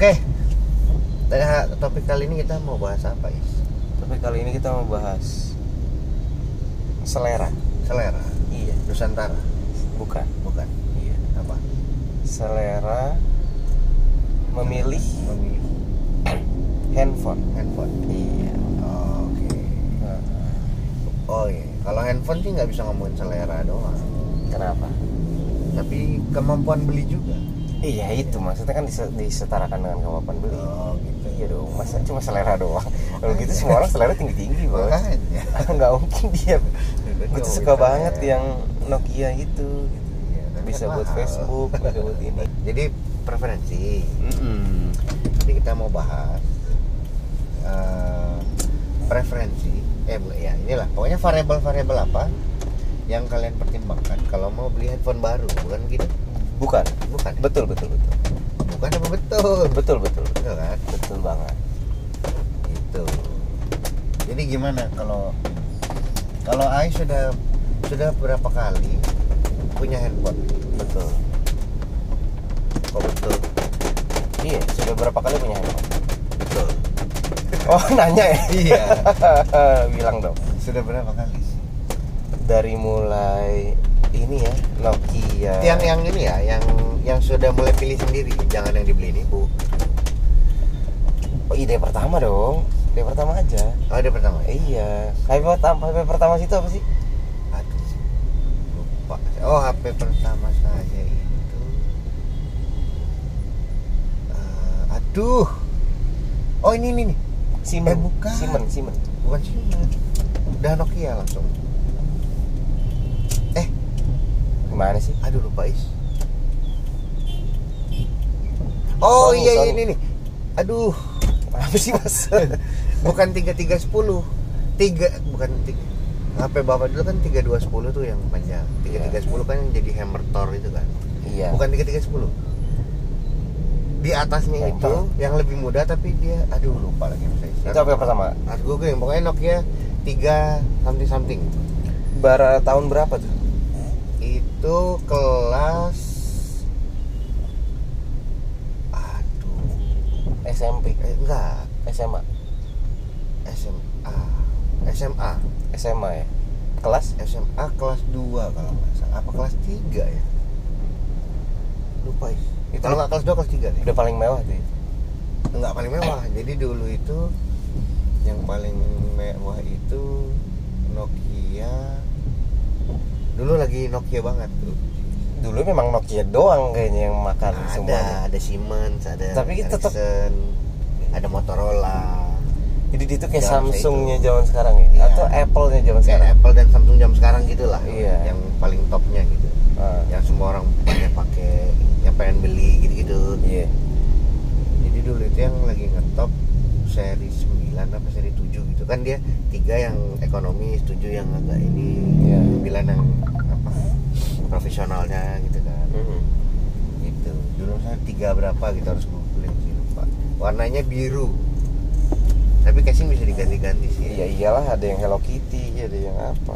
Oke. Topik kali ini kita mau bahas apa, Is? Topik kali ini kita mau bahas selera. Selera. Iya. Nusantara. Bukan. Iya. Apa? Selera memilih handphone. Iya. Oke. Oh iya. Kalau handphone sih nggak bisa ngomongin selera doang. Kenapa? Tapi kemampuan beli juga. Iya itu maksudnya kan disetarakan dengan kemampuan beli. Oh gitu. Iya dong. Masa cuma selera doang? Kalau gitu semua orang selera tinggi bos. Makanya. Nggak mungkin dia. Gue tuh suka banget yang Nokia itu. Iya, Bisa kan buat mahal. Facebook, bisa buat ini. Jadi preferensi. Jadi kita mau bahas preferensi. Ya inilah. Pokoknya variabel-variabel apa yang kalian pertimbangkan kalau mau beli handphone baru, bukan gitu? Bukan. Bukan. Betul. Bukan apa betul? Betul Kan? Betul banget. Itu. Jadi gimana kalau Ai sudah berapa kali punya handphone? Betul. Kok betul? Iya, sudah berapa kali punya handphone? Betul. Oh, nanya ya? Iya. Bilang dong. Sudah berapa kali? Dari mulai ini ya, Nokia. Yang ini ya, yang sudah mulai pilih sendiri, jangan yang dibeli ini, Bu. Oh, ide pertama dong. Ide pertama aja. Oh, ada pertama. Iya. HP pertama situ apa sih? Aduh. Lupa. Oh, HP pertama saya itu aduh. Oh, ini nih. Siemens. Bukan. Siemens. Bukan Siemens. Udah Nokia langsung. Gimana sih? Aduh, lupa, Is. Oh, Sony, iya Sony. ini nih. Aduh. Apa sih, Mas? Bukan 3310. Bukan 3. HP Bapak dulu kan 3210 tuh yang panjang. 3310 kan yang jadi hammer Thor itu kan. Iya. Bukan 3310. Di atasnya itu yang lebih muda tapi dia lupa lagi saya. Itu apa yang pertama? Harus googling, pokoknya Nokia 3 something. Tahun berapa tuh? Itu kelas SMP. Enggak, SMA SMA ya. Kelas SMA kelas 2 kalau nggak salah. Apa kelas 3 ya? Lupa ya. Kalau nggak kelas 2 kelas 3 deh. udah paling mewah tuh. Enggak paling mewah. Jadi dulu itu yang paling mewah itu Nokia. Dulu lagi Nokia banget tuh. Dulu memang Nokia doang kayaknya yang makan semuanya. Ada Siemens, ada Tapi tetap Ericsson, ada Motorola. Jadi itu kayak Jangan Samsungnya itu. zaman sekarang ya? Iya. Atau Apple-nya zaman Kayak sekarang? Apple dan Samsung jam sekarang gitulah. Iya. Yang paling topnya gitu. Yang semua orang pakai, yang pengen beli gitu-gitu. Iya. Jadi dulu itu yang lagi ngetop seri 9 apa seri 7 gitu kan, dia 3 yang ekonomi, 7 yang agak ini, Iya. 9 yang apa profesionalnya gitu kan. Gitu. Dulu saya 3 berapa gitu, harus googling sih, lupa. Warnanya biru. Tapi casing bisa diganti-ganti sih. Iya iyalah, ada yang Hello Kitty, ada yang apa.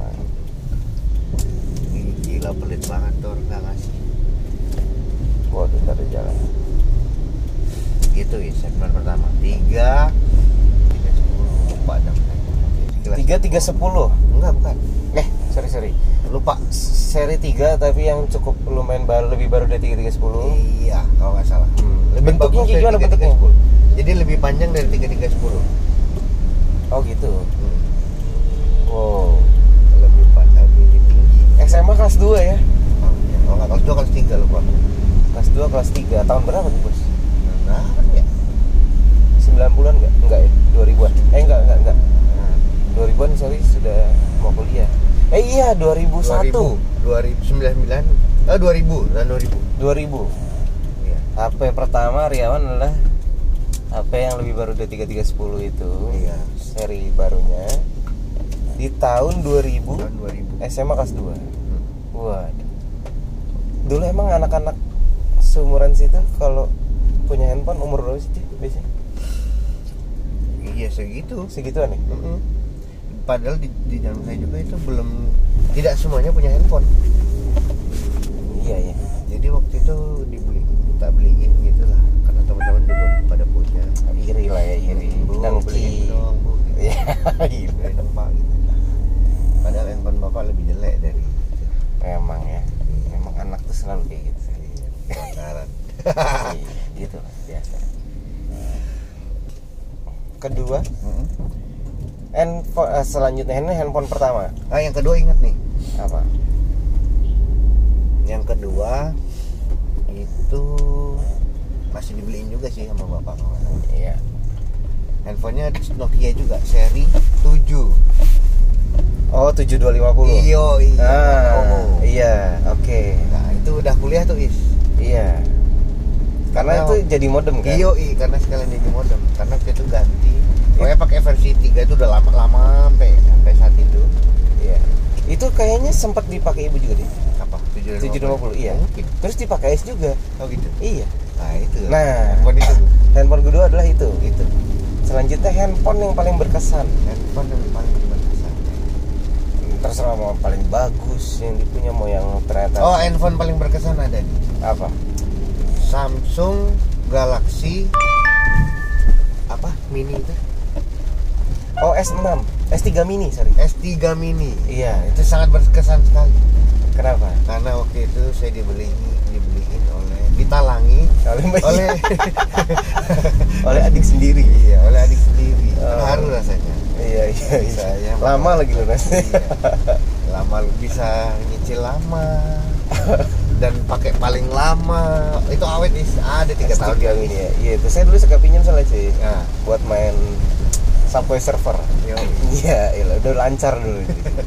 Gila pelit banget tuh, nggak ngasih. Waduh, nggak ada jalan. Gitu ya, segmen pertama 3 10 lupa dong. 3 3 10. Enggak, bukan. Sorry. Lupa. Seri 3 tapi yang cukup lumayan lebih baru dari 3 3 10. Iya, kalau nggak salah. Bentuknya bagus dari gimana 3310. bentuknya? Jadi lebih panjang dari 3310. Oh gitu. Wow. Lebih tinggi. SMA kelas 2 ya? Kalau nggak kelas 2 kelas 3 lupa. Kelas 2 kelas 3. Tahun berapa tuh, Bos? Berapa ya? 90-an enggak? Enggak ya? 2000-an. Enggak. 2000-an sorry sudah mau kuliah. Iya, 2001. 2099. 2000 dan 2000. 2000. Iya. HP pertama Riawan adalah HP yang lebih baru dari 3310 itu. Iya. Seri barunya di tahun 2000. Tahun 2000. SMA kelas 2. Wah. Dulu emang anak-anak seumuran situ kalau punya handphone umur berapa sih biasanya? Iya segitu. Segituan nih. Padahal di zaman saya juga itu belum, tidak semuanya punya handphone. Iya. Jadi waktu itu minta beliin gitu lah, karena teman teman-teman juga pada punya. Iri lah ya, iri. Bu, beliin dong bu. Iya, iya. Beliin dong pak gitu. Padahal handphone bapak lebih jelek dari itu. Emang ya, emang anak tuh selalu kayak gitu. Benaran. Iya, gitu lah, biasa. Kedua, handphone selanjutnya ini handphone pertama. Ah, yang kedua ingat nih. Apa? Yang kedua itu masih dibeliin juga sih sama bapak. Iya. Handphonenya Nokia juga seri 7. Oh, 7250. Iya. Iya, oke. Nah, itu udah kuliah tuh, Is. Iya. Karena itu jadi modem kan? Iya, karena sekalian jadi modem. Karena waktu itu ganti. Pokoknya pakai versi 3 itu udah lama sampai saat itu. Iya. Itu kayaknya sempat dipakai ibu juga deh. Apa? 750, iya. Mungkin. Terus dipakai S juga. Oh gitu. Iya. Nah, itu. Nah, handphone itu. Handphone kedua adalah itu. Gitu. Selanjutnya handphone yang paling berkesan. Handphone yang paling berkesan. Terserah mau paling bagus yang dipunya, mau yang ternyata. Oh, handphone paling berkesan ada nih. Apa? Samsung Galaxy apa? Mini itu? Oh, S6, S3 mini, sorry. S3 mini. Iya. Itu sangat berkesan sekali. Kenapa? Karena waktu itu saya dibeliin ditalangi oleh oleh adik sendiri. Iya, oleh adik sendiri. Haru rasanya. Iya. Saya lama lagi loh rasanya. Iya. Lama bisa nyicil lama. Dan pakai paling lama itu awet nih, ada 3 tahun ini ya. Iya, itu saya dulu suka pinjam soalnya sih. Nah, buat main Subway Surfer. Iya, udah lancar dulu.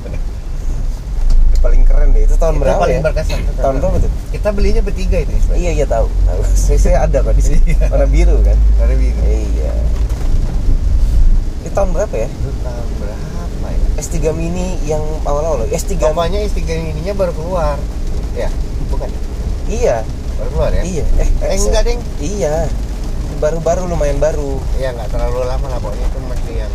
Paling keren deh, itu tahun itu berapa paling ya? Berkesan. Tahun berapa tuh? Kita belinya bertiga itu. Iya tahu. Saya ada kok di sini. Warna biru kan? Warna biru. Iya. Itu tahun berapa ya? Itu tahun berapa ya? S3 mini yang awal-awal. S3 Bapaknya S3 mininya baru keluar. Ya, bukan? Iya. Baru keluar ya? Iya. Enggak, Deng. Iya. Baru-baru, lumayan baru. Iya, nggak terlalu lama lah, pokoknya itu masih yang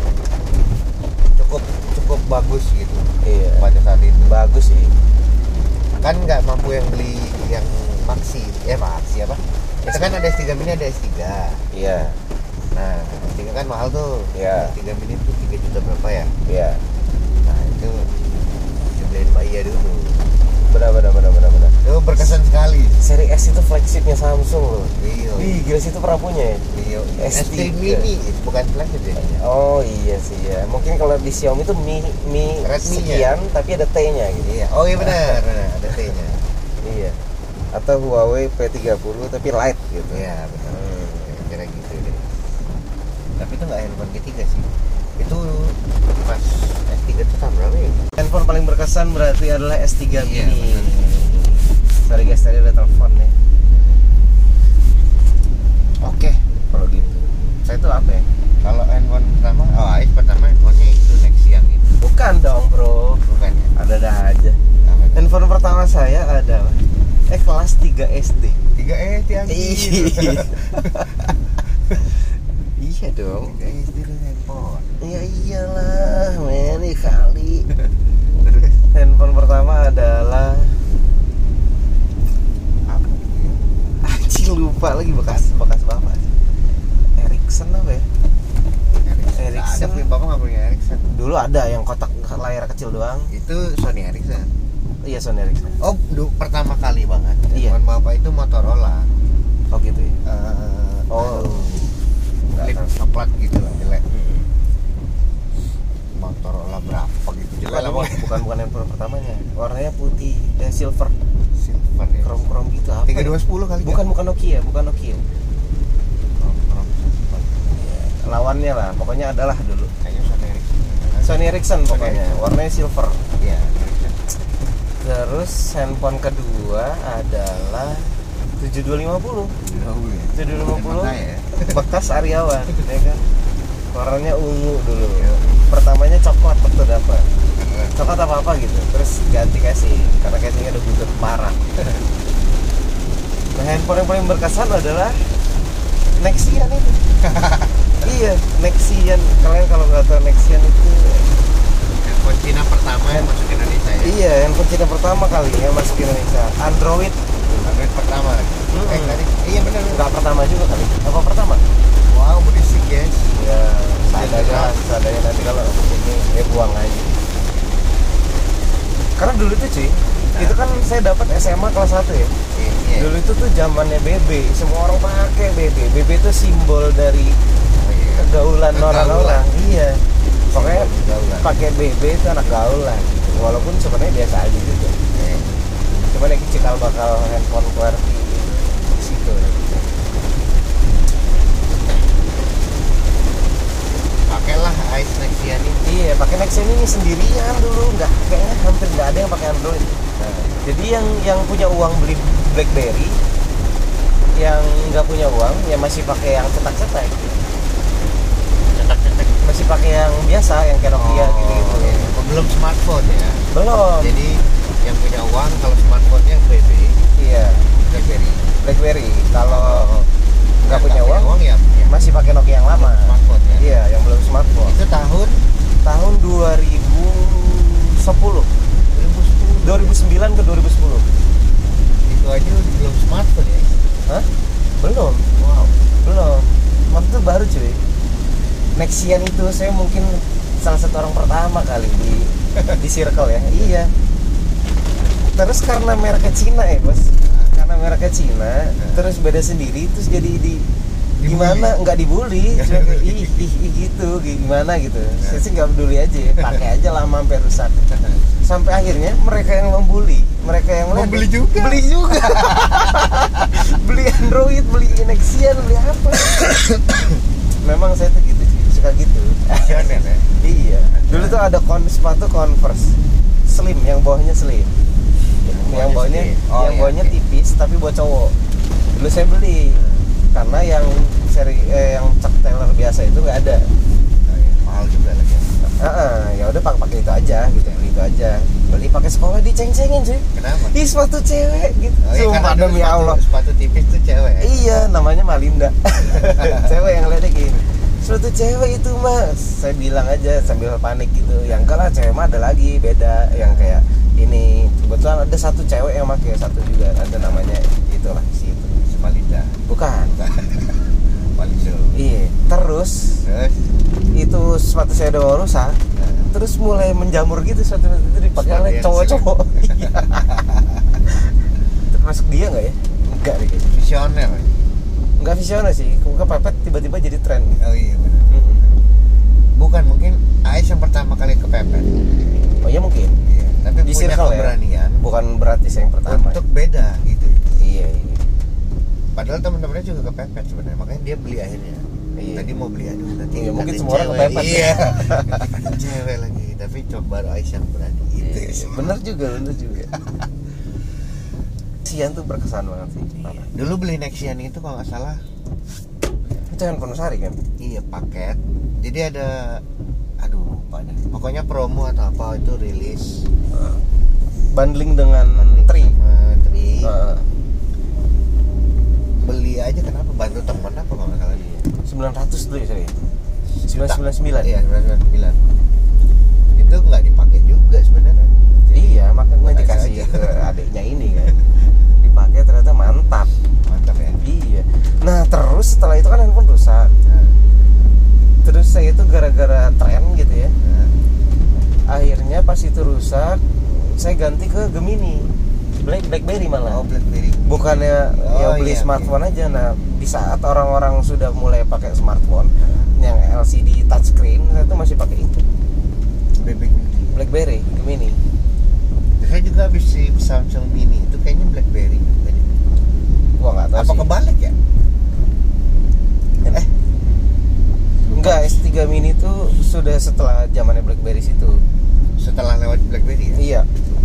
cukup bagus gitu. Iya. Pada saat itu bagus sih. Kan nggak mampu yang beli yang maxi apa? Itu kan ada S3 mini, ada S3. Iya. Nah, S3 kan mahal tuh. Iya. S3 mini tuh 3 juta berapa ya? Iya. Nah, itu dibeliin Mbak Iya dulu. Benar. Itu berkesan sekali. Seri S itu flagshipnya Samsung loh. Iya. Ih, gila sih, itu pernah punya ya? Iya. S3 mini bukan flagship ya. Oh iya sih ya. Mungkin kalau di Xiaomi itu Mi Redmi sekian tapi ada T-nya gitu. Iya. Oh iya benar, ada T-nya. Iya. Atau Huawei P30 tapi light gitu. Iya, benar. Kira gitu deh. Tapi itu nggak handphone ketiga sih. Itu pas S3 itu tahun berapa ya? Handphone paling berkesan berarti adalah S3 Iya, mini. benar. Sorry guys, tadi ada telepon nih. Oke, kalau gitu. Saya itu apa ya? Kalau handphone pertama handphonenya itu Nexian itu. Bukan dong, Bro. Bukan ya? Ada aja. Handphone pertama saya adalah kelas 3 SD. 3 SD Iya. Iya dong. 3 SD itu handphone. Ya iyalah, men, kali. Handphone pertama adalah Apa? anjing, lupa lagi bekas bapak. Ericsson apa ya? Ericsson. Ada punya bapak nggak punya Ericsson? Dulu ada yang kotak layar kecil doang. Itu Sony Ericsson. Iya, Sony Ericsson. Oh, pertama kali banget. Iya. Handphone bapak itu Motorola. Oh gitu ya. Flip coklat gitu lah, jelek. Motorola berapa gitu, jelek lah pokoknya. Bukan handphone pertamanya. Warnanya putih, silver, Silver ya. krom gitu apa? 3210 kali. Bukan Nokia. Krom silver. Lawannya lah, pokoknya adalah dulu. Kayaknya Sony Ericsson. Sony Ericsson pokoknya, warnanya silver. Iya, Ericsson. Terus handphone kedua adalah 7250. 7250 ya. bekas Aryawan, ya kan? Warnanya ungu dulu. Pertamanya coklat waktu dapat. Coklat apa gitu. Terus ganti casing karena casingnya udah butut parah. Nah, handphone yang paling berkesan adalah Nexian itu. Iya, Nexian. Kalian kalau nggak tahu Nexian itu Handphone Cina pertama yang masuk Indonesia ya. iya, handphone Cina pertama kali yang masuk Indonesia. Android Android pertama lagi. Iya benar. Nggak pertama juga kali. Apa pertama? Wow, berisik guys. Ya, seadanya nanti kalau ini buang aja. Karena dulu tuh cuy, itu kan saya dapat SMA kelas 1 ya. Iya. Dulu itu tuh zamannya BB, semua orang pakai BB. BB itu simbol dari kegaulan orang-orang. Iya. Pokoknya pakai BB itu anak gaul lah gitu. Walaupun sebenarnya biasa aja juga. Cuman yang cikal bakal handphone QWERTY di situ. Pakailah Ice Nexian ini. Iya, pakai Nexian ini sendirian dulu, kayaknya hampir nggak ada yang pakai Android. Jadi yang punya uang beli BlackBerry, yang nggak punya uang, ya masih pakai yang cetak-cetak. Cetak-cetak. Masih pakai yang biasa, yang kayak Nokia gitu. Belum smartphone ya. Belum. Jadi yang punya uang kalau smartphone-nya BB. Iya. BlackBerry. Kalau nggak punya uang ya masih pakai Nokia yang lama. Smartphone ya. Iya, yang belum smartphone. Itu tahun 2010. 2009 ke 2010. Itu aja belum smartphone ya. Hah? Belum. Wow. Belum. Waktu itu baru cuy. Nexian itu saya mungkin salah satu orang pertama kali di circle ya. Iya. Terus karena mereknya Cina ya bos. Karena mereknya Cina, terus beda sendiri, terus jadi gimana nggak dibully, cuma kayak ih gitu, gimana gitu. Saya sih nggak peduli aja, pakai aja lama sampai rusak. Sampai akhirnya mereka yang membuli, mereka yang beli juga. Beli Android, beli Nexian, beli apa? Memang saya tuh gitu sih, suka gitu. Ya? Iya. Dulu tuh ada sepatu Converse slim, yang bawahnya slim. Yang bawahnya tipis tapi buat cowok. Dulu saya beli karena yang seri yang Chuck Taylor biasa itu nggak ada. Mahal juga lagi. Ya udah pakai itu aja gitu, beli itu aja. Beli pakai sekolah diceng-cengin sih. Kenapa? Ih, sepatu cewek gitu. Sumpah demi Allah. Sepatu tipis tuh cewek. Iya, namanya Malinda. Cewek yang ledekin. Sepatu cewek itu mas, saya bilang aja sambil panik gitu. Yang enggak lah, cewek mah ada lagi beda yang kayak ini. Kebetulan ada satu cewek yang pakai, satu juga ada namanya itulah si itu. Malinda. Bukan. Malindo. Iya. Terus itu sepatu saya udah rusak. Terus mulai menjamur gitu sepatu itu dipakai oleh cowok-cowok. Iya. Termasuk dia nggak ya? Enggak deh. Visioner. Enggak visioner sih. Kepepet tiba-tiba jadi tren. Oh iya benar. Bukan, mungkin Ais yang pertama kali kepepet. Oh iya mungkin. Iya. Tapi di punya keberanian. Ya? Bukan berarti saya yang pertama. Untuk beda gitu. Iya. Padahal teman-temannya juga kepepet sebenarnya, makanya dia beli akhirnya. Iya. Tadi mau beli nanti. Iya, mungkin semua orang kepepet. Iya. Nanti cewek lagi, tapi coba baru Ais yang berani gitu. Iya. Bener juga. Nexian tuh berkesan banget sih. Iya. Dulu beli Nexian itu kalau nggak salah. Itu handphone Sari kan? Iya, paket. Jadi ada, lupa deh. Pokoknya promo atau apa itu rilis. Bundling dengan Tri. Beli aja kenapa? Bantu teman apa kalau nggak salah dia. 900 dulu ya sorry. 999. Iya 999. Itu nggak dipakai juga sebenarnya. Iya, makanya dikasih ke adiknya ini kan. Dipakai ternyata mantap ya. Iya. Nah terus setelah itu kan handphone rusak. Terus saya itu gara-gara tren gitu ya. Akhirnya pas itu rusak, saya ganti ke Gemini. BlackBerry malah. Oh, BlackBerry. Bukannya beli smartphone aja. Nah, di saat orang-orang sudah mulai pakai smartphone yang LCD touchscreen, saya tuh masih pakai itu. BlackBerry Gemini. Saya juga habis si Samsung Mini itu kayaknya BlackBerry. Gua nggak tahu. Apa sih. kebalik ya? Enggak, S3 Mini itu sudah setelah zamannya BlackBerry situ. Setelah lewat BlackBerry ya? Iya.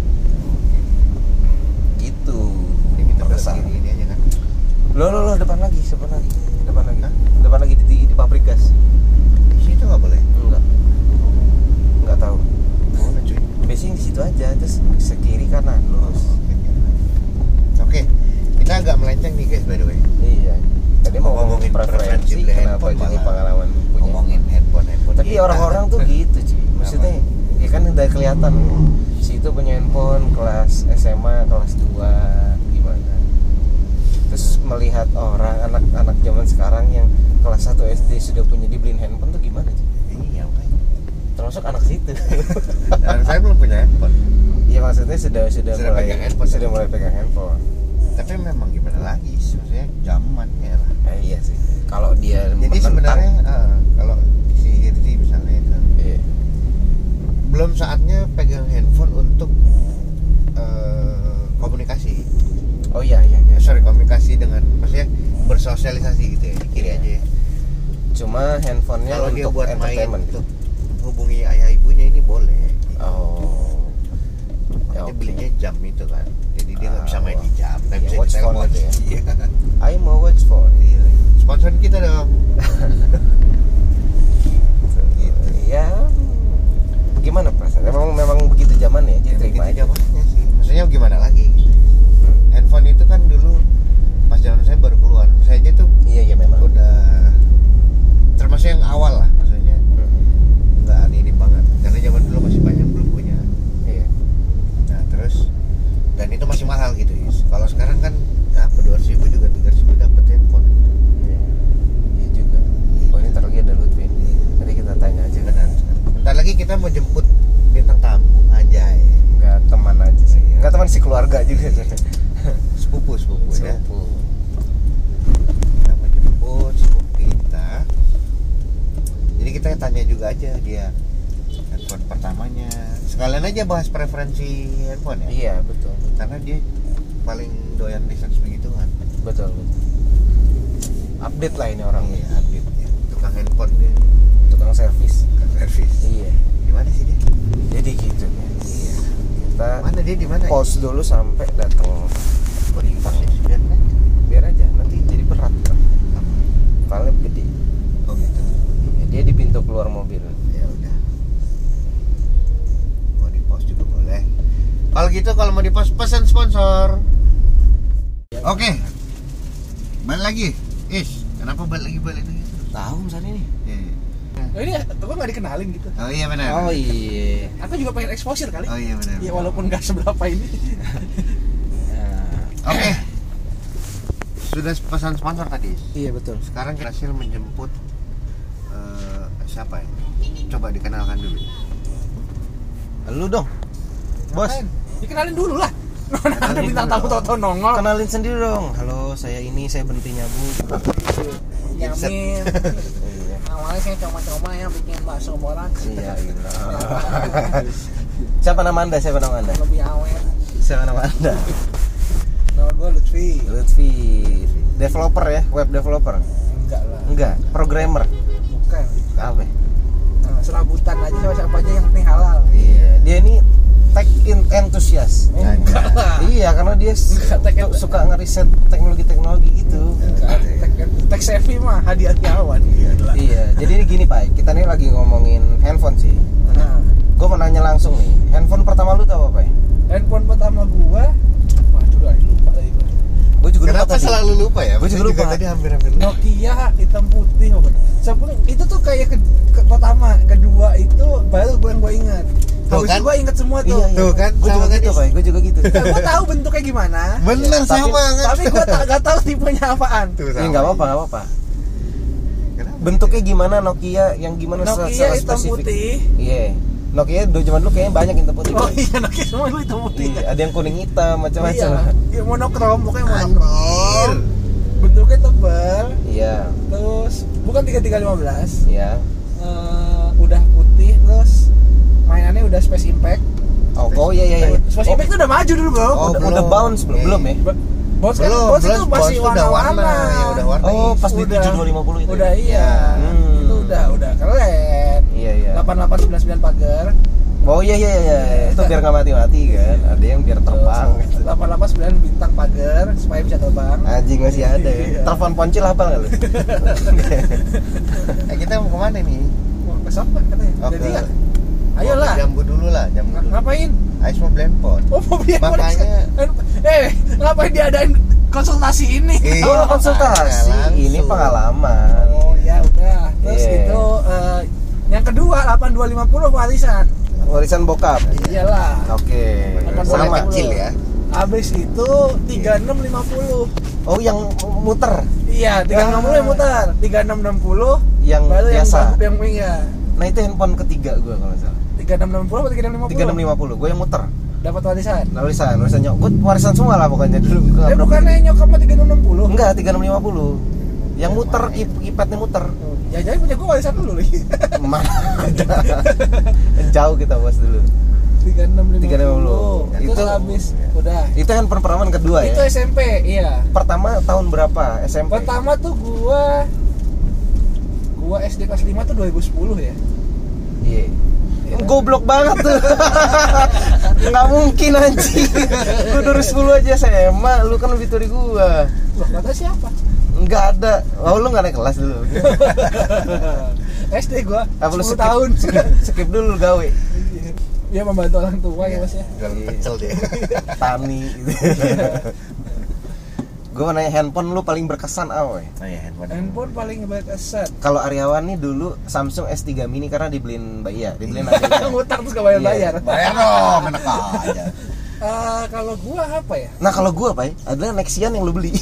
Gitu. Ini kita berkesan ini aja kan. Loh, depan lagi. Hah? Depan lagi di pabrik gas. Situ nggak boleh? Enggak tahu. Mana cuy? Biasanya di situ aja, terus ke kiri kanan lurus. Oke. Kita agak melenceng nih guys by the way. Iya. Tadi mau ngomongin preferensi kenapa jadi pengalaman punya. Ngomongin handphone. Tapi orang-orang tuh gitu sih. Maksudnya ya kan udah kelihatan si itu punya handphone kelas SMA kelas 2 gimana. Terus melihat orang anak-anak zaman sekarang yang kelas 1 SD sudah punya dibeliin handphone tuh gimana sih? Iya makanya. Termasuk anak situ. Dan saya belum punya handphone. Iya maksudnya sudah mulai pegang handphone. sudah mulai pegang handphone. Tapi memang gimana lagi? Maksudnya zamannya lah. Iya sih. Kalau dia jadi sebenarnya kalau si Hirzi misalnya itu belum saatnya pegang handphone untuk komunikasi. Oh iya. Sorry, komunikasi dengan maksudnya bersosialisasi gitu ya, di kiri aja ya. Cuma handphonenya Kalau dia untuk buat main entertainment untuk hubungi ayah ibunya ini boleh. Oh. Ya, belinya jam itu kan. Jadi dia nggak bisa main di jam, tapi bisa watch phone ditelepon. gitu ya. Iya. I mau watch phone. Iya. Sponsor kita dong. Gitu. Ya. Gimana perasaan? Memang begitu zaman ya, jadi terima aja. Zamannya sih. Maksudnya gimana lagi gitu. Handphone itu kan dulu pas zaman saya baru keluar. Saya aja tuh Iya memang. udah termasuk yang awal lah, maksudnya nggak ini banget. Karena zaman dulu masih banyak yang belum punya. Iya. Nah terus dan itu masih mahal gitu ya. Kalau sekarang kan apa 200.000 juga 300.000 dapat handphone. Iya juga. Oh ini ntar lagi ada Lutfi. Nanti kita tanya aja. Benar. Bentar lagi kita mau jemput bintang tamu aja ya. Enggak teman aja sih. Enggak teman sih, keluarga juga. Sepupu ya. Sepupu. Kita mau jemput sepupu kita. Jadi kita tanya juga aja dia handphone pertamanya. Sekalian aja bahas preferensi handphone ya. Iya betul. Karena dia paling doyan research begituan. Betul. Update lah ini orang. Iya, update ya. Tukang handphone dia. Tukang servis. Tukang servis. Iya. Di mana sih dia? Jadi gitu ya. Iya. Kita Mana dia di mana? pause dulu sampai datang. Oh, di pos ya. Biar aja nanti jadi berat kan. Filenya gede. Oh gitu. Ya, dia di pintu keluar mobil. Ya udah. Mau di pos juga boleh. Kalau gitu kalau mau di pos pesan sponsor. Oke. Balik lagi. Kenapa balik lagi? Tahu misalnya nih. Iya. Nah, ini gue nggak dikenalin gitu. Oh iya benar. Oh iya. Aku juga pengen exposure kali. Oh iya benar. Ya walaupun nggak seberapa ini. Oke. Sudah pesan sponsor tadi. Iya betul. Sekarang kita berhasil menjemput siapa ya? Coba dikenalkan dulu. Lu dong. Bos. Ngapain? Dikenalin dulu lah. Ada bintang tamu tau nongol. Kenalin sendiri dong. Halo, saya berhenti nyabu. Yamin. Iya. Awalnya saya coba-coba ya bikin bakso borak. Iya, gila. Siapa nama Anda? Lebih awet. Siapa nama Anda? Nama gue Lutfi. Lutfi. Developer ya, web developer. Enggak lah. Enggak, programmer. Bukan. Apa? Nah, serabutan aja sama siapa aja yang penting halal. Iya, dia ini tech enthusiast. Enggak lah. Iya, karena dia suka ngeriset teknologi gitu. Tech savvy mah hadiah Tiawan. Iya, jadi ini gini Pak, kita nih lagi ngomongin handphone sih. Nah, Gue mau nanya langsung nih, handphone pertama lu tuh apa Pak? handphone pertama gua, waduh lupa lagi gua. Gue juga lupa Kenapa tadi. selalu lupa ya? Gue juga lupa. Tadi hampir-hampir lupa. Nokia hitam putih itu tuh kayak pertama, kedua itu baru gue ingat. Habis kan? itu gue inget semua tuh. Iya. Tuh kan, Gue juga sama gitu tadi. Pak, gue juga gitu. Gue tahu bentuknya gimana. Bener Tapi- sama kan? Tapi gue gak tahu tipenya apaan. Tuh, Iya sama. nggak apa-apa. Kenapa? Bentuknya gimana Nokia yang gimana Nokia secara hitam spesifik? putih. Iya. Nokia dulu zaman dulu kayaknya banyak hitam putih. Oh Pak. iya, Nokia semua itu hitam putih. Iya, ada yang kuning hitam macam-macam. Iya, monokrom, pokoknya Anjir. monokrom. Bentuknya tebal, Iya. terus bukan 3315. Iya. Udah putih, terus mainannya udah Space Impact. Oh iya. Space Impact tuh udah maju dulu bro. Oh, Udah bounce belum ya? Bounce kan, Bounce itu masih warna-warna. Ya udah warna. Oh, pas di Udah. 7250 itu. Udah iya. Itu udah keren. Iya. 8899 pagar. Oh iya. Itu biar nggak mati-mati kan. Ada yang biar terbang. 889 bintang pagar supaya bisa terbang. Anjing masih ada ya. Iya. Telepon poncil apa nggak lu? Kita mau kemana nih? Wah, besok kan katanya. Oke. Jadi ya. Ayolah. Jambu dulu lah, jambu dulu. Ngapain? Ais mau blendpot. Oh, mau biar Makanya- ngapain diadain konsultasi ini? Iya. Oh, konsultasi. Langsung. Ini pengalaman. Oh, ya udah. Terus Iya. itu yang kedua 8250 warisan. Warisan bokap. Iyalah. Oke. Akan Mulai Sama. kecil ya. Habis itu 3650. Oh, yang muter. Iya, 360 yang muter. 3660 Yang baru biasa. yang ya. Nah, itu handphone ketiga gua kalau nggak salah. 3660 atau 3650? 3650. Gua yang muter. Dapat warisan. Warisan nyokot, warisan semua lah pokoknya dulu. Gua nggak pernah Bukannya nyokap mah 3660? Enggak, 3650. Yang muter, iPadnya muter. Ya jadi punya gua warisan dulu lagi. Mana ada. Jauh kita bos dulu. 3650. Itu Itu habis. Udah. Itu handphone perawan kedua Itu ya. SMP, iya. Pertama tahun berapa? SMP. Pertama tuh gua SD kelas 5 tuh 2010 ya. Iya. Goblok banget tuh. Nggak mungkin anjing. Gua 2010 aja SMA, lu kan lebih tua dari gua. Loh, kata siapa? Nggak ada. Oh, lu nggak naik kelas dulu. SD gua Apa lu 10 tahun. skip dulu gawe. Dia membantu orang tua ya Mas ya. Jualan pecel dia. Tani gitu. Gua nanya handphone lu paling berkesan apa ya? Oh ya, Handphone paling berkesan. Kalau Aryawan nih dulu Samsung S3 mini karena dibeliin Mbak Iya, dibeliin adiknya. Ngutang terus gak bayar-bayar. Bayar dong, enak aja. Kalau gua apa ya? Nah, kalau gua Pak, adalah Nexian yang lu beli.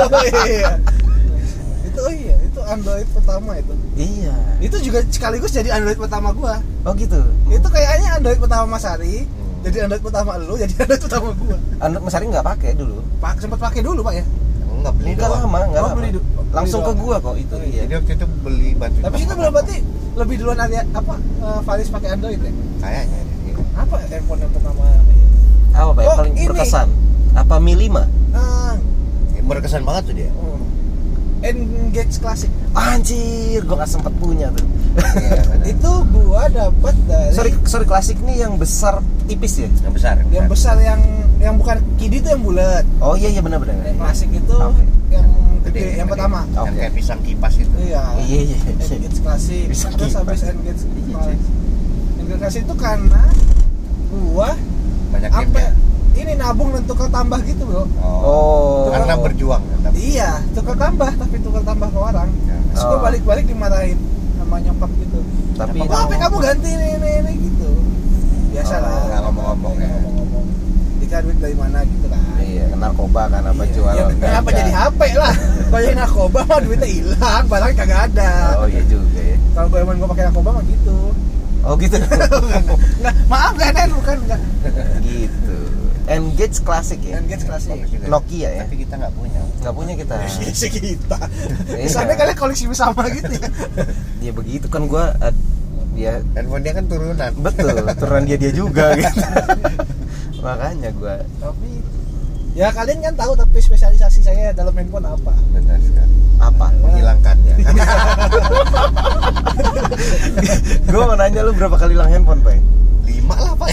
Itu Android pertama itu. Iya. Itu juga sekaligus jadi Android pertama gua. Oh gitu. Itu kayaknya Android pertama Mas Ari, jadi Android pertama lu, jadi Android pertama gua. Android Mas Ari nggak pakai dulu. Sempat pakai dulu, Pak ya. Enggak beli Enggak doang. lama, enggak Oh, lama. beli Langsung ke doang. gua kok itu. Iya. Jadi waktu itu beli bantuin. Tapi itu belum berarti lebih duluan ada Faris pakai Android ya? Kayaknya. Iya. Apa handphone yang pertama? Apa Pak? Oh, Paling ini. berkesan? Apa Mi 5? Berkesan banget tuh dia. Engage Classic. Anjir, gua nggak sempet punya tuh. Iya, benar. Itu gua dapat dari Sorry klasik nih yang besar tipis ya? Yang besar. yang besar yang bukan kidi itu yang bulat. Oh iya benar. Yang klasik itu Oke. yang gede, yang pertama. Yang Oke. kayak pisang kipas itu. Iya. Iya. Engage Classic. Bisa Terus kipas. habis Engage Iya, Classic. Engage Classic itu karena gua Banyak apa gamenya. ini nabung dan tukar tambah gitu, Bro. Oh. Karena berjuang kan. Tapi Iya, tukar tambah tapi tukar tambah ke orang. Terus gua Oh. balik-balik dimarahin sama nyokap gitu. Tapi Oh, HP kamu ganti ini gitu. Biasa lah. nggak ngomong-ngomong ya. Ngomong-ngomong. Dikasih duit dari mana gitu kan. iya, narkoba kan apa jual. Ya, kenapa ganja. jadi HP lah? Kalau yang narkoba mah duitnya hilang, barang kagak ada. Oh iya juga ya. Kalau gue pakai narkoba mah gitu. Oh gitu. Enggak, maaf Nen, bukan enggak. Gitu. Engage Classic ya. Engage Classic. bagus juga. Nokia ya? Tapi kita nggak punya. Nggak punya kita. Iya sih kita. Iya. Kesannya kalian koleksi bersama gitu ya. Ya begitu kan gua ya Handphone dia kan turunan. betul turunan dia juga gitu. Makanya gua Tapi ya kalian kan tahu tapi spesialisasi saya dalam handphone apa? Benar sekali. apa? Menghilangkannya. Gua mau nanya lu berapa kali hilang handphone, Pak? 5 lah Pak.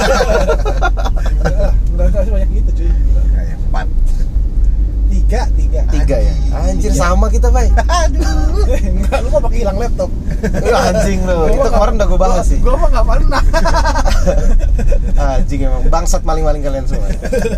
Enggak sebanyak gitu, cuy. Kayak 4. 3 3 ya? Anjir sama kita, Pak. Aduh. Enggak, lu mau pakai hilang laptop. Anjing lu. Itu kemarin udah gua bahas sih. Gua mah enggak pernah. Anjing emang bangsat maling-maling kalian semua.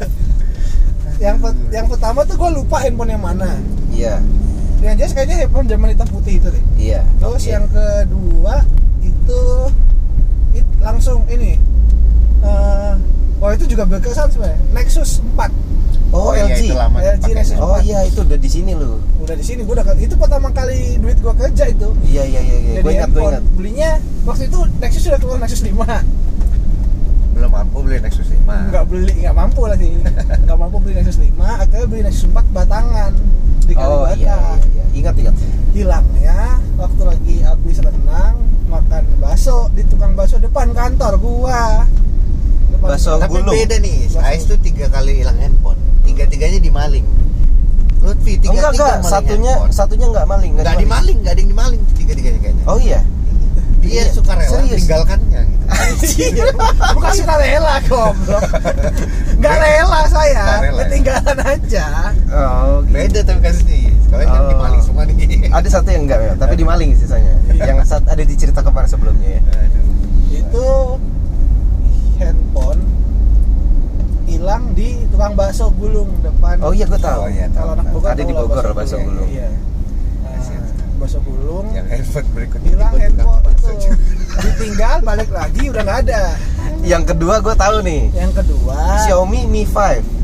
Yang pertama tuh gua lupa handphone yang mana. Iya. Yang jelas kayaknya handphone zaman hitam putih itu deh. Iya. Terus Oke. yang kedua itu langsung ini. Wah itu juga berkesan sebenarnya. Nexus 4 Oh, iya, LG. itu lama LG pakai. Nexus. Oh iya itu udah di sini lu. udah di sini. Gua udah itu pertama kali duit gua kerja itu. Iya. Jadi Gua ingat. handphone. Belinya waktu itu Nexus sudah keluar Nexus 5. Belum mampu beli Nexus 5. Nggak mampu lah sih. Nggak mampu beli Nexus 5, akhirnya beli Nexus 4 batangan di Oh Kalibata. iya. Ingat. Hilangnya waktu lagi habis renang makan bakso di tukang bakso depan kantor gua. Bakso Tapi gulung. beda nih. Bakso. Ais tuh 3 kali hilang handphone. 3-tiganya dimaling. Lutfi 3-3 Enggak, maling satunya enggak maling, Enggak dimaling, enggak ada yang dimaling 3-tiganya kayaknya. Oh iya. Dia Iya, suka rela serius. meninggalkannya gitu. Bukan suka rela goblok. Nggak rela saya, Nggak rela, ya? ketinggalan aja. Oh, Beda tapi kasusnya. Sekarang kan Oh. dimaling semua nih. Ada satu yang enggak ya, tapi dimaling sisanya. Yang ada di cerita kemarin sebelumnya ya. Aduh. Itu handphone hilang di tukang bakso gulung depan. Oh iya, gue tahu. Oh, iya. Kalau anak Bogor Ada di tahu lah Bogor bakso gulung. Iya. Bakso gulung. Yang handphone berikutnya Hilang tiba-tiba handphone bakso itu. juga. Ditinggal balik lagi udah nggak ada. Yang kedua gue tahu nih. Yang kedua Xiaomi Mi 5.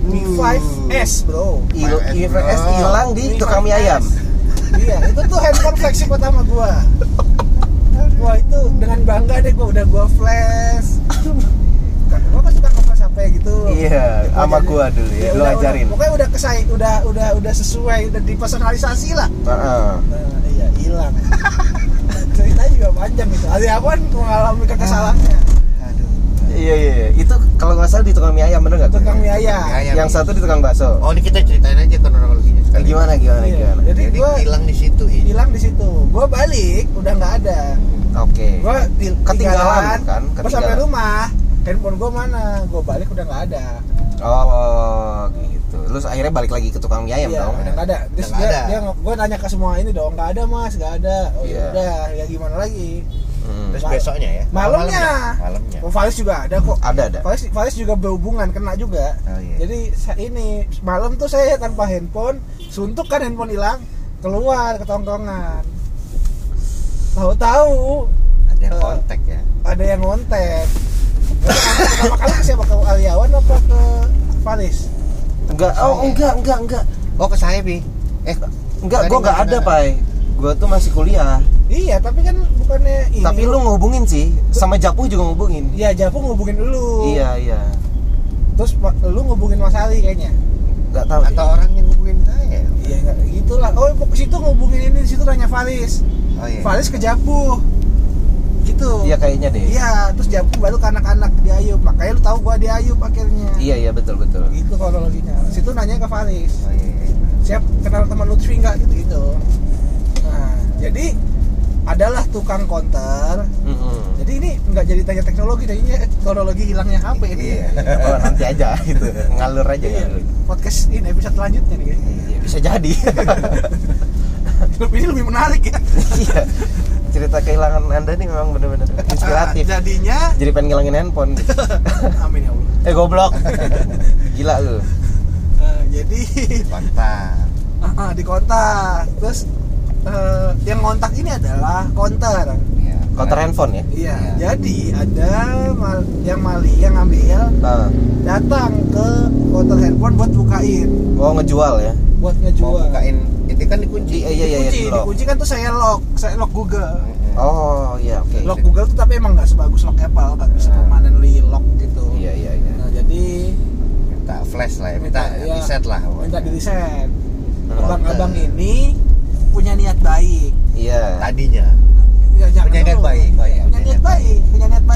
Mi 5S bro. Mi 5S hilang di Mi tukang mie 5S. ayam. Iya, itu tuh handphone flagship pertama gua. Wah itu dengan bangga deh gua flash. Gua kan suka nge-flash HP gitu. Iya, sama gua dulu ya, lu ajarin. Pokoknya udah sesuai, udah dipersonalisasi lah. Heeh. Nah, iya hilang. Ceritanya juga panjang gitu. Aliawan mengalami kekesalannya. Aduh. Iya. Itu kalau nggak salah di tukang mie ayam, bener nggak? Tukang mie ayam. Yang satu di tukang bakso. Oh, ini kita ceritain aja kronologinya sekali. Gimana? Iya. Jadi gua hilang di situ. hilang di situ. Gua balik udah nggak ada. Oke. Gua Ketinggalan kan? Gua sampai rumah. Handphone gua mana? Gua balik udah nggak ada. Oh, gitu. Lu akhirnya balik lagi ke tukang mie ayam Iya, dong. udah nggak ada. Terus Udah nggak dia gue tanya ke semua ini dong, nggak ada mas, nggak ada. Oh Iya. udah, ya gimana lagi? Terus besoknya ya? Malamnya. Malamnya. Oh, Faris juga ada kok. Ada. Faris juga berhubungan, kena juga. Oh, iya. Jadi ini malam tuh saya tanpa handphone, suntuk kan handphone hilang, keluar ke tongkrongan. Tahu-tahu Ada yang kontak ya. ada yang ngontek. Pertama kali ke siapa? Ke Aliawan apa ke Faris? Enggak. Oh, ke saya, Bi. Enggak, tadi gua enggak ada, mana? Pai. Gua tuh masih kuliah. Iya, tapi kan bukannya ini. Tapi lu ngehubungin sih, sama Japu juga ngehubungin. Iya, Japu ngehubungin lu. Iya. Terus lu ngehubungin Mas Ali kayaknya. Enggak tahu Atau deh. orang yang hubungin saya. Iya, enggak gitulah. Oh, ke situ ngehubungin ini, di situ nanya Faris. Oh iya. Faris ke Japu. Gitu. Iya kayaknya deh. Iya, terus Japu baru ke anak-anak di Ayub. Makanya lu tahu gua di Ayub akhirnya. Iya, betul. Gitu kronologinya. Situ nanya ke Faris. Oh iya. Siap kenal teman Lutfi enggak gitu. Nah, jadi adalah tukang konter. Jadi ini nggak jadi tanya teknologi, jadinya kronologi hilangnya HP ini. Iya. Oh, nanti aja gitu. Ngalur aja Iya. ngalur. Podcast ini episode selanjutnya nih kayaknya. Iya, bisa jadi. Ini lebih menarik ya. Iya. Cerita kehilangan Anda nih memang benar-benar inspiratif. Jadinya Jadi pengen ngilangin handphone gitu. amin ya Allah. Goblok. Gila lu. Jadi Kontak. di kontak. Terus yang kontak ini adalah konter. Iya. Counter handphone ya? Iya. Iya. Jadi ada yang ngambil Nah. datang ke konter handphone buat bukain, Oh, ngejual ya? buat Mau ngejual. bukain itu kan dikunci. Iya, Dikunci kan tuh saya lock Google. Oh, iya, oke. Lock Google tuh tapi emang nggak sebagus lock Apple, nggak bisa permanently lock gitu. Iya. Nah jadi Minta flash lah ya, minta ya, reset lah. minta di reset. Hmm. Abang-abang ini punya niat baik. Iya. Tadinya. Ya, jangan Punya niat dulu. baik. Oh, iya, punya niat baik. Punya niat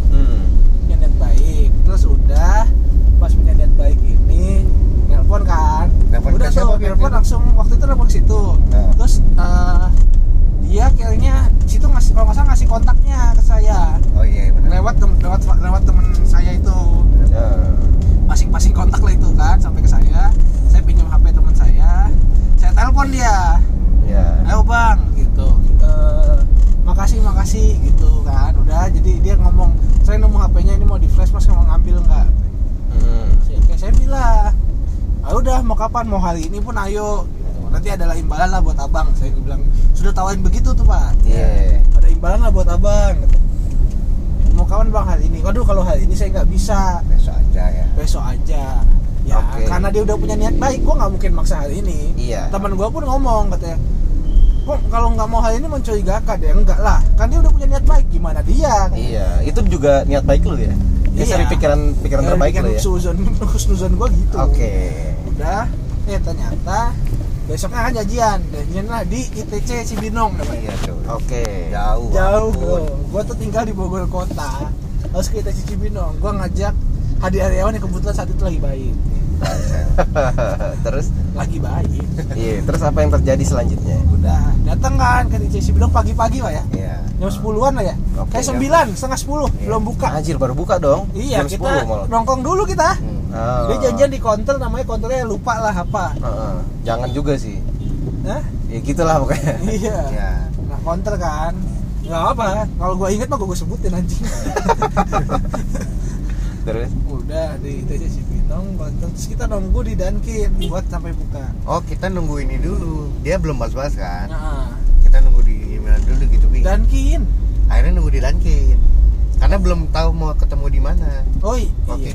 baik. Terus udah pas punya niat baik ini nelpon kan. Nelpon Udah ke siapa, tuh Bi? nelpon langsung waktu itu nelpon ke situ. Nah. Terus dia kayaknya situ ngasih, kalau nggak salah ngasih kontaknya ke saya. Oh iya benar. Lewat temen saya itu. Ya. Masing-masing kontak lah itu kan sampai ke saya pinjam HP teman saya telepon dia, Ya. ayo bang gitu, makasih gitu kan. Udah, jadi dia ngomong, saya nemu HP-nya ini mau di flash mas, mau ngambil nggak? Kayak saya bilang, ah udah mau kapan, mau hari ini pun ayo gitu. Nanti adalah imbalan lah buat abang, saya bilang. Sudah tawarin begitu tuh pak. Iya. Ada imbalan lah buat abang gitu. Mau kapan bang hari ini? Waduh kalau hari ini saya nggak bisa, Besok aja ya. besok aja ya. Oke. Karena dia udah punya niat baik, gue nggak mungkin maksa hari ini. Iya. Teman gue pun ngomong katanya, kok kalau nggak mau hari ini mencurigakan deh. Enggak lah, kan dia udah punya niat baik, gimana dia. Iya, itu juga niat baik lu ya? Ya, Iya. dari pikiran terbaik lu ya? Husnuzon gue gitu. Oke. Udah, ternyata besoknya kan janjian lah di ITC Cibinong namanya. Iya tuh. Oke. Jauh. Jauh ampun. bro, gue tuh tinggal di Bogor kota, harus ke ITC Cibinong. Gue ngajak Hadi Aryawan yang kebetulan saat itu lagi baik. Terus? Lagi baik. Iya, terus apa yang terjadi selanjutnya? Udah datang kan ke ITC Cibinong pagi-pagi lah ya, Iya. jam 10-an lah ya. Oke, Kayak ya. 9, setengah 10 belum buka. Anjir, baru buka dong? Iya, Jam kita 10 malah. nongkrong dulu kita. Oh. Dia janjian di counter, namanya counternya lupa lah apa. Heeh. Jangan juga sih. Hah? Ya gitulah pokoknya. Iya. Iya. Nah, counter kan. Nggak apa, kalau gue inget mah gue sebutin anjing. Terus? Udah di ITC Cibinong, terus kita nunggu di Dunkin buat sampai buka. Oh, kita nunggu ini dulu. Dia belum balas-balas kan? Nah, Kita nunggu di email dulu gitu, Bi. Dunkin. Akhirnya nunggu di Dunkin. Karena belum tahu mau ketemu di mana. Oh Waktu iya. itu tuh.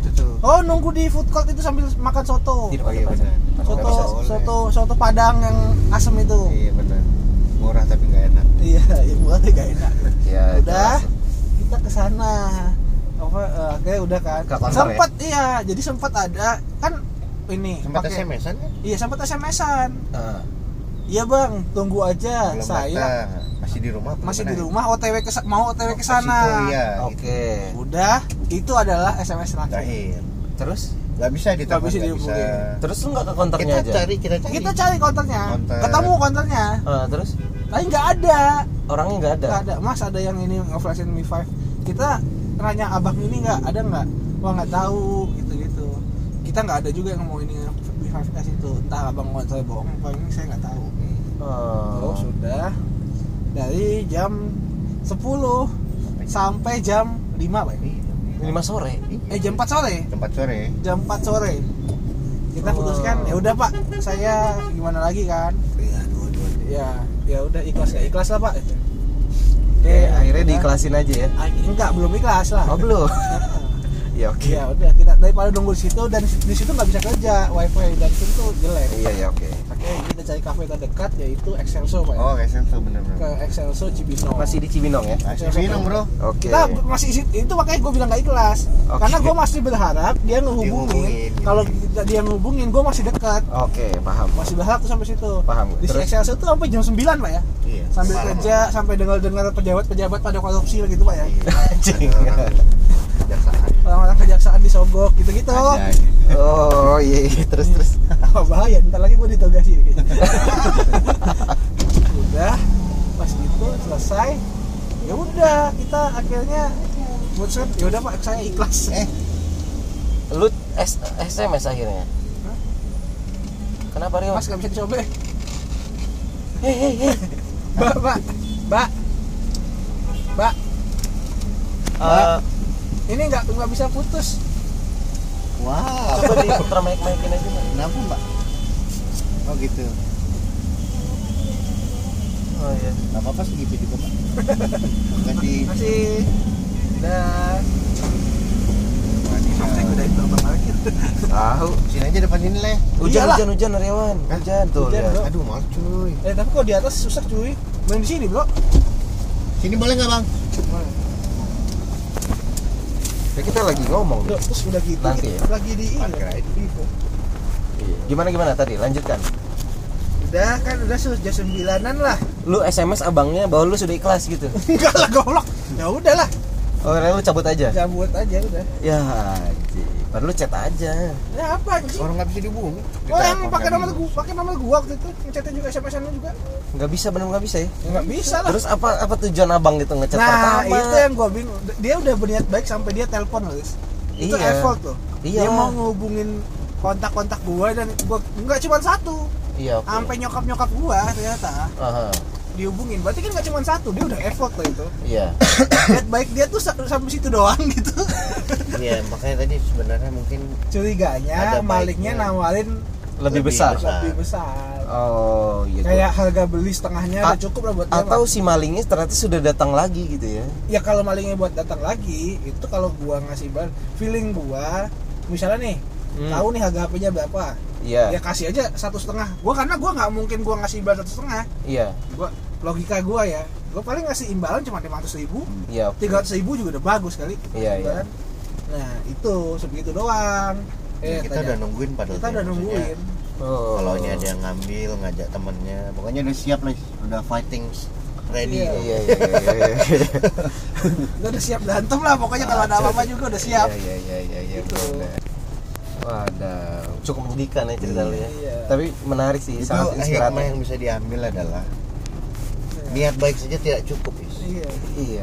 Oh, nunggu di food court itu sambil makan soto. Di Oh iya depan. benar. Soto Padang yang asem itu. Iya benar. Murah tapi nggak enak. Iya, yang murah tuh gak enak. Ya, Udah, jelas. kita ke sana. Oke, udah kan. Ke kantor Sempat iya, jadi sempat ada kan ini Sempat pakai- SMS-an kan? Iya, sempat SMS-an. Ah. Iya, Bang, tunggu aja. Belum Saya data. Masih di rumah. masih belum di ada? rumah mau OTW ke Ke sana. situ, iya. Oke. Udah, itu adalah SMS terakhir. Terakhir. Terus Nggak bisa ditelepon. Nggak bisa nggak dihubungin. terus lu nggak ke konternya Kita aja? cari. Kita cari konternya. Konter. Ketemu konternya. Terus Tapi nggak ada. orangnya nggak ada. Nggak ada. Mas, ada yang ini nge-flashin Mi 5. Kita nanya abang ini nggak ada. Wah, nggak tahu gitu. Kita nggak ada juga yang mau ini Mi 5S itu. Entah abang mau saya bohong apa ini saya nggak tahu. Oh. Sudah dari jam 10 sampai jam 5 Pak. 5 sore. Jam 4 sore. Tempat sore. Jam 4 sore. Kita putuskan, ya udah Pak, saya gimana lagi kan? Iya, Ya udah ikhlas lah Pak. Oke, akhirnya udah. diikhlasin aja ya. Enggak, belum ikhlas lah. Oh, belum. Ya oke. Ya udah, kita daripada nunggu di situ dan di situ nggak bisa kerja, wifi dan itu tuh jelek. Iya, oke. Oke, kita cari kafe terdekat yaitu Excelso Pak. Oh, SMP benar-benar. Ke Excelso Cibinong. Masih di Cibinong ya? Masih minum, Bro. Oke. Kita masih itu makanya gue bilang gak ikhlas. Oke. Karena gue masih berharap dia ngehubungin. Dihubungin, gitu. Kalau dia ngehubungin, gue masih dekat. Oke, paham. Masih berharap tuh sampai situ. Paham. Di Terus? Excelso tuh sampai jam 9 Pak ya. Iya. Sambil Malam. kerja, sampai dengar pejabat-pejabat pada korupsi gitu Pak ya. Anjing. Jaksaan. Orang-orang kejaksaan disogok gitu-gitu. Anjay. Oh, iya. Terus. Apa bahaya, ntar lagi gue ditogasi kayaknya. Udah, pas gitu selesai. Ya udah, kita akhirnya mutusin, ya udah Pak, saya ikhlas. Lu SMS akhirnya. Hah? Kenapa Rio? Mas gak bisa dicoba. Hei. Mbak. Ini nggak bisa putus. Wow. Coba diputar mic-micin aja, Pak. Kenapa, Mbak? Oh gitu. Oh iya. Gak apa-apa sih gitu juga, Pak. Kasih. Masih. Udah. Sampai godain berapa kali? Tahu. Sini aja depan sini lah. Iyalah. Hujan Riawan. Hujan tuh. Hujan, lihat. Bro. Aduh, malas cuy. Tapi kok di atas susah cuy. Main di sini bro. Sini boleh nggak, Bang? Ya, kita lagi ngomong. Loh, terus udah gitu. Nanti ya? Lagi di ini. Parkir aja. Vivo. Gimana tadi? Lanjutkan. Udah kan udah jam 9-an lah. Lu SMS abangnya bahwa lu sudah ikhlas gitu. Enggak lah goblok. Ya udahlah. Oh, lu cabut aja. Cabut aja udah. Ya, anjing. Padahal lu chat aja. Ya apa sih? Orang nggak bisa dihubungi. Oh yang pakai nomor gua waktu itu, ngechatnya juga SMS-nya juga. Nggak bisa, benar nggak bisa ya? Nggak bisa lah. Terus apa tujuan abang gitu ngechat Nah, pertama? itu yang gua bingung. Dia udah berniat baik sampai dia telepon guys. Itu Iya. effort tuh. Iya. Dia mau ngehubungin kontak-kontak gua dan gua nggak cuma satu. Iya, oke. Sampai nyokap gua ternyata Aha. dihubungin. Berarti kan nggak cuma satu, dia udah effort tuh itu. Iya. Niat baik dia tuh sampai situ doang gitu. Iya, makanya tadi sebenarnya mungkin Curiganya Ada maliknya baiknya. nawarin Lebih besar. lebih besar. Oh, iya. Kayak harga beli setengahnya udah cukup lah buat dia. Atau si malingnya ternyata sudah datang lagi gitu ya. Ya kalau malingnya buat datang lagi, itu kalau gua ngasih bar, feeling gua, misalnya nih, tahu nih harga HP-nya berapa, Iya. ya kasih aja 1,5. Gua karena gua nggak mungkin gua ngasih imbalan 1,5. Iya. Gua logika gua ya, gua paling ngasih imbalan cuma 500.000, Iya. oke. 300.000 juga udah bagus kali. Iya, iya. Kan? Nah itu sebegitu doang. kita udah nungguin padahal. Kita udah nungguin. Oh. Kalau ini ada yang ngambil, ngajak temennya, pokoknya udah siap lah, udah fighting ready. Iya. Iya. Kita udah siap berantem lah, pokoknya kalau ada apa-apa juga udah siap. Iya. Gitu. Waduh, cukup menyedihkan ya cerita lu ya. Iya. Tapi menarik sih, Itu sangat hikmah inspiratif. yang bisa diambil adalah niat baik saja tidak cukup, Is. Iya. Iya.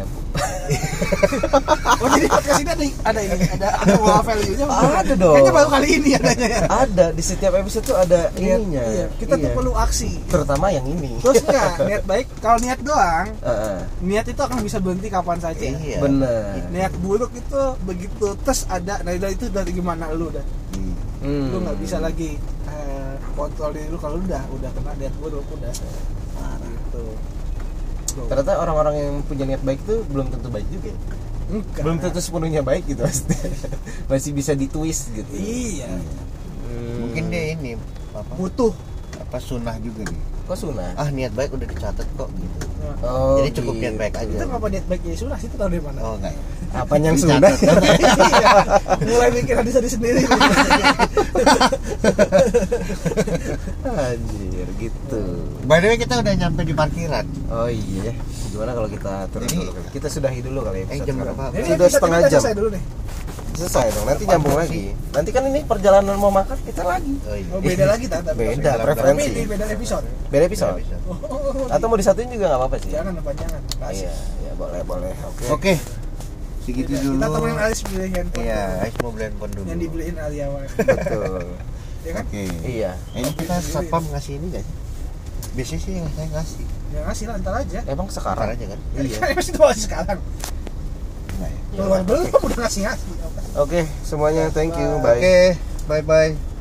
Oh jadi podcast ini ada moral value-nya. Ada dong. Kayaknya baru kali ini adanya ya. Ada di setiap episode tuh ada ininya. Iya, kita tuh perlu aksi. Terutama yang ini. Terus enggak, niat baik, kalau niat doang, Heeh. niat itu akan bisa berhenti kapan saja. Iya. Bener. Niat buruk itu begitu terus ada, nah itu dari gimana lu dah. Lu nggak bisa lagi kontrol diri lu kalau lu udah kena niat buruk udah. Gitu. Ternyata orang-orang yang punya niat baik tuh belum tentu baik juga. Enggak. belum tentu sepenuhnya baik gitu maksudnya. Masih bisa ditwist gitu. Iya. Mungkin dia ini Butuh. apa sunnah juga nih. Kok sunnah? Niat baik udah dicatat kok gitu. Oh, Jadi cukup niat baik aja. Itu ngapa niat baik jadi sunnah sih, itu tahu dari mana? Oh enggak. apa yang Dicatat. sunnah? Iya. Mulai mikir hadis-hadis sendiri. Anjir gitu. By the way kita udah nyampe di parkiran. Oh iya. Gimana kalau kita turun Jadi- dulu kali? Kita sudahi dulu kali ya. episode jam sekarang. berapa? Ini Sudah episode setengah kita jam. Selesai dulu nih. Selesai dong. Nanti Berapa nyambung porsi? lagi. Nanti kan ini perjalanan mau makan kita lagi. Oh iya. Oh, beda lagi tata. Beda, Tapi preferensi. ini beda episode. Beda episode. Bisa. Atau mau disatuin juga nggak apa-apa sih. Jangan panjangan. Iya, ya boleh. Oke. Oke. Segitu dulu. Kita temenin Alis beli handphone. Iya, Ais mau beli handphone dulu. Yang dibeliin Aliawan. Betul. Ya kan? Oke. Iya. Ini kita satpam ngasih ini nggak sih? Biasanya sih yang saya ngasih. Ya ngasih lah, ntar aja. Emang Sekarang sekarang aja kan? Iya. Masih itu masih sekarang. Enggak ya? Belum udah ngasih. Oke, semuanya thank you. Bye. Bye. Oke, bye bye.